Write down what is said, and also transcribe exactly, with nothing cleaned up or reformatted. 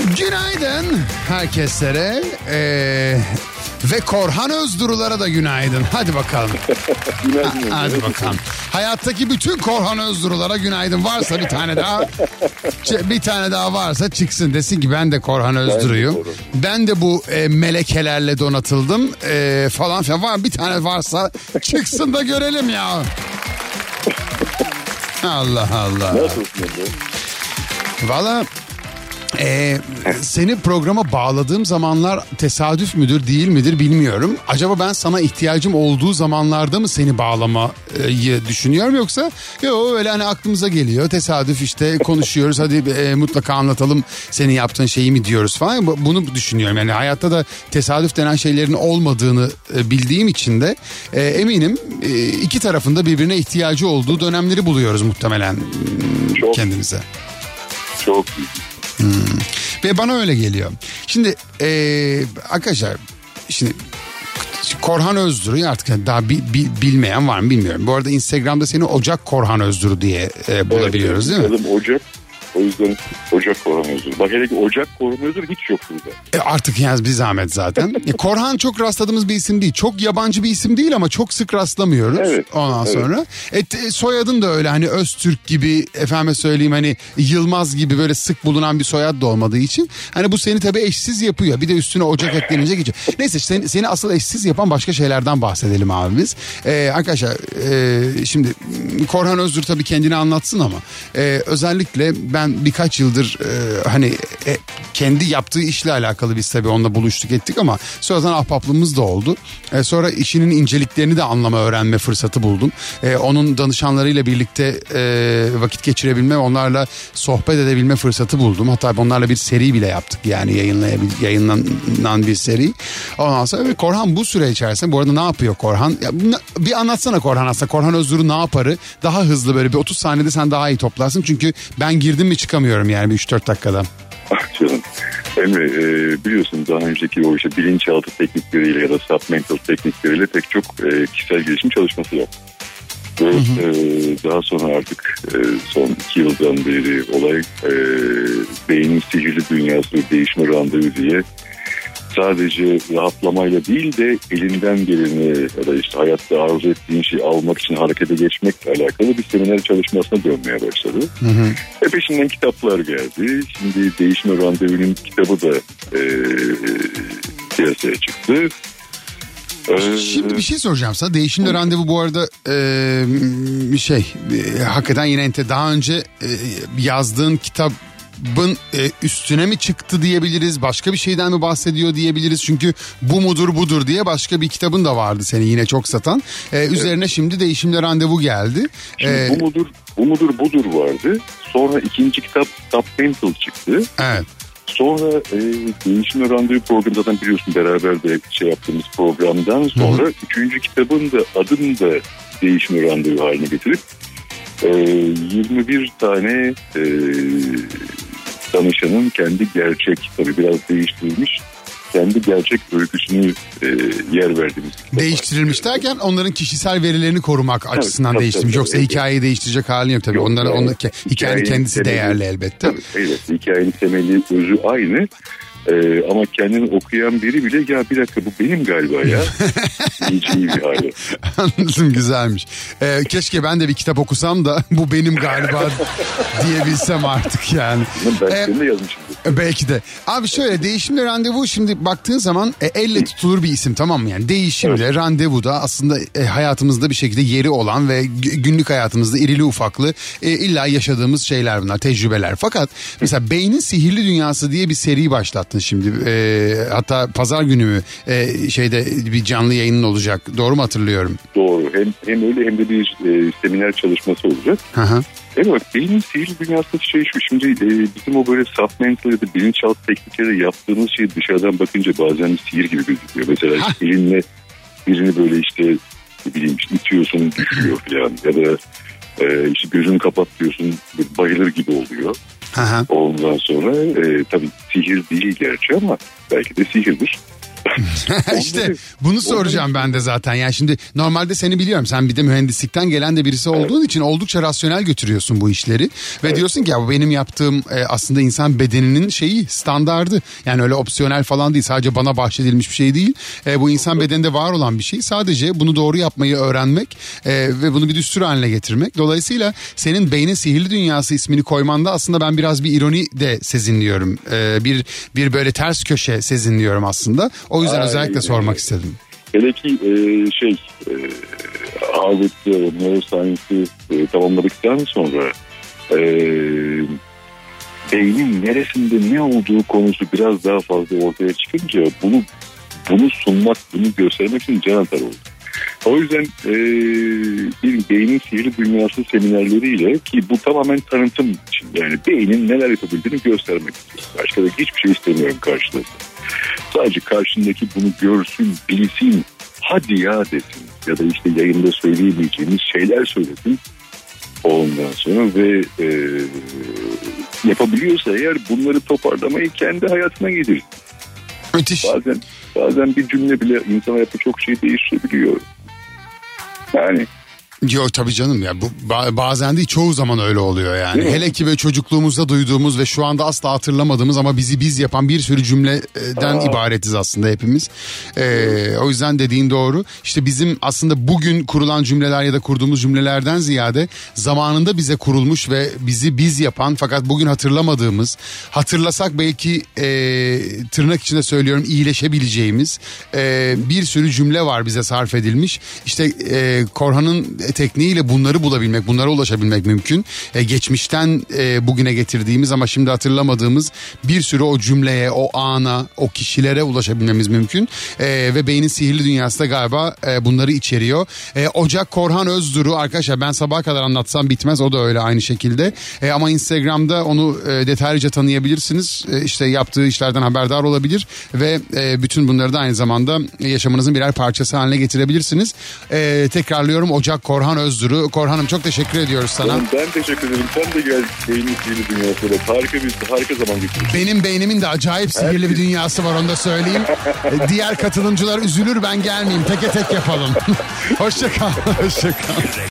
Günaydın herkeslere ee, ve Korhan Özdurulara da günaydın. Hadi bakalım. Günaydın. Ha, hadi bakalım. Hayattaki bütün Korhan Özdurulara günaydın. Varsa bir tane daha, bir tane daha varsa çıksın, desin ki ben de Korhan Özduru'yum. Ben de bu e, melekelerle donatıldım e, falan filan. Var bir tane varsa çıksın da görelim ya. Allah Allah. Nasılsın? Valla Ee, seni programa bağladığım zamanlar tesadüf müdür değil midir bilmiyorum. Acaba ben sana ihtiyacım olduğu zamanlarda mı seni bağlamayı düşünüyorum, yoksa yok öyle hani aklımıza geliyor tesadüf, işte konuşuyoruz hadi e, mutlaka anlatalım senin yaptığın şeyi mi diyoruz falan, bunu düşünüyorum. Yani hayatta da tesadüf denen şeylerin olmadığını e, bildiğim için de e, eminim e, iki tarafında birbirine ihtiyacı olduğu dönemleri buluyoruz muhtemelen çok, kendimize. Çok Hmm. Ve bana öyle geliyor. Şimdi ee, arkadaşlar, şimdi Korhan Özduru artık daha bi, bi, bilmeyen var mı bilmiyorum. Bu arada Instagram'da seni Ocak Korhan Özduru diye e, bulabiliyoruz, evet, değil mi? Ocak. O yüzden Ocak Korhan Özduru. Bak hele ki Ocak Korhan Özduru hiç yok burada. E artık yaz bir zahmet zaten. e, Korhan çok rastladığımız bir isim değil. Çok yabancı bir isim değil ama çok sık rastlamıyoruz. Evet, Ondan evet. sonra. E, soyadın da öyle hani Öztürk gibi, efendime söyleyeyim hani Yılmaz gibi böyle sık bulunan bir soyad da olmadığı için. Hani bu seni tabii eşsiz yapıyor. Bir de üstüne Ocak eklenince geçiyor. Neyse seni, seni asıl eşsiz yapan başka şeylerden bahsedelim abi biz. E, arkadaşlar e, şimdi Korhan Özduru tabii kendini anlatsın ama e, özellikle ben birkaç yıldır e, hani e, kendi yaptığı işle alakalı biz tabii onunla buluştuk ettik ama sonradan ahbaplığımız da oldu. E, sonra işinin inceliklerini de anlama, öğrenme fırsatı buldum. E, onun danışanlarıyla birlikte e, vakit geçirebilme, onlarla sohbet edebilme fırsatı buldum. Hatta onlarla bir seri bile yaptık, yani yayınlayabil- yayınlanan bir seri. Ondan sonra Korhan bu süre içerisinde bu arada ne yapıyor Korhan? Ya, bir anlatsana Korhan aslında. Korhan Özduru ne yaparı? Daha hızlı böyle bir otuz saniyede sen daha iyi toplarsın. Çünkü ben girdim mi çıkamıyorum yani bir üç dört dakikada. Ah canım. Emre e, biliyorsun daha önceki o işte bilinçaltı teknikleriyle ya da submental teknikleriyle pek çok e, kişisel gelişim çalışması yaptım. Ve e, daha sonra artık e, son iki yıldan beri olay e, beynin sihirli dünyası ve değişme randevu diye sadece rahatlamayla değil de elinden geleni ya da işte hayatta arzu ettiğin şeyi almak için harekete geçmekle alakalı bir seminer çalışmasına dönmeye başladı. Hı hı. Ve peşinden kitaplar geldi. Şimdi Değişme Randevu'nun kitabı da e, piyasaya çıktı. Şimdi bir şey soracağım sana. Değişimle randevu bu arada bir e, şey e, hakikaten yine ente daha önce e, yazdığın kitap Bın e, üstüne mi çıktı diyebiliriz, başka bir şeyden mi bahsediyor diyebiliriz, çünkü bu mudur budur diye başka bir kitabın da vardı seni yine çok satan, e, üzerine evet. Şimdi Değişimle Randevu geldi. Şimdi ee, bu mudur bu mudur budur vardı, sonra ikinci kitap Submental çıktı. Evet. Sonra e, Değişimle Randevu programı zaten biliyorsun beraber de şey yaptığımız programdan sonra Hı-hı. üçüncü kitabın da adını da Değişimle Randevu haline getirip e, yirmi bir tane e, danışanın kendi gerçek, tabii biraz değiştirilmiş, kendi gerçek öyküsünü e, yer verdiğimiz. Değiştirilmiş derken onların kişisel verilerini korumak evet, açısından tabii, değiştirmiş. Tabii, Yoksa tabii, hikayeyi evet. değiştirecek hali yok tabii. Yok, onların, yani, onların, hikayenin kendisi temeli, değerli elbette. Tabii, evet, hikayenin temeli, özü aynı. Ee, ama kendini okuyan biri bile ya bir dakika bu benim galiba ya. İyi bir hali. Anladım, güzelmiş. Ee, keşke ben de bir kitap okusam da bu benim galiba diyebilsem artık yani. Ben ee, de yazmışımdır. Belki de. Abi şöyle, Değişimle Randevu şimdi baktığın zaman e, elle tutulur bir isim, tamam mı? Yani Değişimle evet. Randevu da aslında e, hayatımızda bir şekilde yeri olan ve günlük hayatımızda irili ufaklı e, illa yaşadığımız şeyler bunlar, tecrübeler. Fakat mesela Beynin Sihirli Dünyası diye bir seri başlattın şimdi. E, hatta pazar günü mü e, şeyde bir canlı yayının olacak. Doğru mu hatırlıyorum? Doğru. Hem, hem öyle hem de bir e, seminer çalışması olacak. Hı hı. Evet, beynin sihirli dünyasındaki şey şu. Şimdi e, bizim o böyle submental ya da bilinçaltı teknikleri yaptığımız şey dışarıdan bakınca bazen bir sihir gibi gözüküyor. Mesela işte elinle birini böyle işte ne bileyim işte itiyorsun düşüyor falan ya da e, işte gözünü kapat diyorsun bayılır gibi oluyor. Aha. Ondan sonra e, tabii sihir değil gerçi ama belki de sihirdir. İşte bunu soracağım ben de zaten. Yani şimdi normalde seni biliyorum. Sen bir de mühendislikten gelen de birisi olduğun evet. için oldukça rasyonel götürüyorsun bu işleri. Ve evet. diyorsun ki ya bu benim yaptığım e, aslında insan bedeninin şeyi, standardı. Yani öyle opsiyonel falan değil. Sadece bana bahşedilmiş bir şey değil. E, bu insan bedeninde var olan bir şey. Sadece bunu doğru yapmayı öğrenmek e, ve bunu bir düstur haline getirmek. Dolayısıyla senin Beynin Sihirli Dünyası ismini koymanda aslında ben biraz bir ironi de sezinliyorum. E, bir bir böyle ters köşe sezinliyorum aslında. O yüzden Ay, özellikle sormak istedim. Hele ki e, şey e, Harvard'da neuroscience'ı e, tamamladıktan sonra e, beynin neresinde ne olduğu konusu biraz daha fazla ortaya çıkınca bunu bunu sunmak, bunu göstermek için can atar oldu. O yüzden e, bir Beynin Sihirli Dünyası seminerleriyle, ki bu tamamen tanıtım için, yani beynin neler yapabildiğini göstermek için. Başka da hiçbir şey istemiyorum karşılığında. Sadece karşındaki bunu görsün, bilsin, hadi ya desin ya da işte yayında söyleyemeyeceğimiz şeyler söylesin. Ondan sonra ve e, yapabiliyorsa eğer bunları toparlamayı kendi hayatına getirsin. Müthiş. Bazen, bazen bir cümle bile insan hayatı çok şey değiştirebiliyor. Yani... Yok tabii canım ya, bu bazen değil çoğu zaman öyle oluyor yani. Hele ki böyle çocukluğumuzda duyduğumuz ve şu anda asla hatırlamadığımız ama bizi biz yapan bir sürü cümleden Aa. ibaretiz aslında hepimiz. Ee, o yüzden dediğin doğru. İşte bizim aslında bugün kurulan cümleler ya da kurduğumuz cümlelerden ziyade zamanında bize kurulmuş ve bizi biz yapan fakat bugün hatırlamadığımız, hatırlasak belki e, tırnak içinde söylüyorum iyileşebileceğimiz e, bir sürü cümle var bize sarf edilmiş. İşte e, Korhan'ın tekniğiyle bunları bulabilmek, bunlara ulaşabilmek mümkün. E, geçmişten e, bugüne getirdiğimiz ama şimdi hatırlamadığımız bir sürü o cümleye, o ana, o kişilere ulaşabilmemiz mümkün. E, ve Beynin Sihirli Dünyası da galiba e, bunları içeriyor. E, Ocak Korhan Özdur'u arkadaşlar ben sabaha kadar anlatsam bitmez, o da öyle aynı şekilde. E, ama Instagram'da onu e, detaylıca tanıyabilirsiniz. E, işte yaptığı işlerden haberdar olabilir ve e, bütün bunları da aynı zamanda yaşamınızın birer parçası haline getirebilirsiniz. E, tekrarlıyorum, Ocak Korhan Özdur'u. Korhan'ım çok teşekkür ediyoruz sana. Ben, ben teşekkür ederim. Sen de gel Beynin Sihirli Dünyası'yla. Harika bir harika zaman geçirdik. Benim beynimin de acayip sihirli bir dünyası var, onu da söyleyeyim. Diğer katılımcılar üzülür ben gelmeyeyim. Teke tek yapalım. Hoşça kal. Hoşça kal.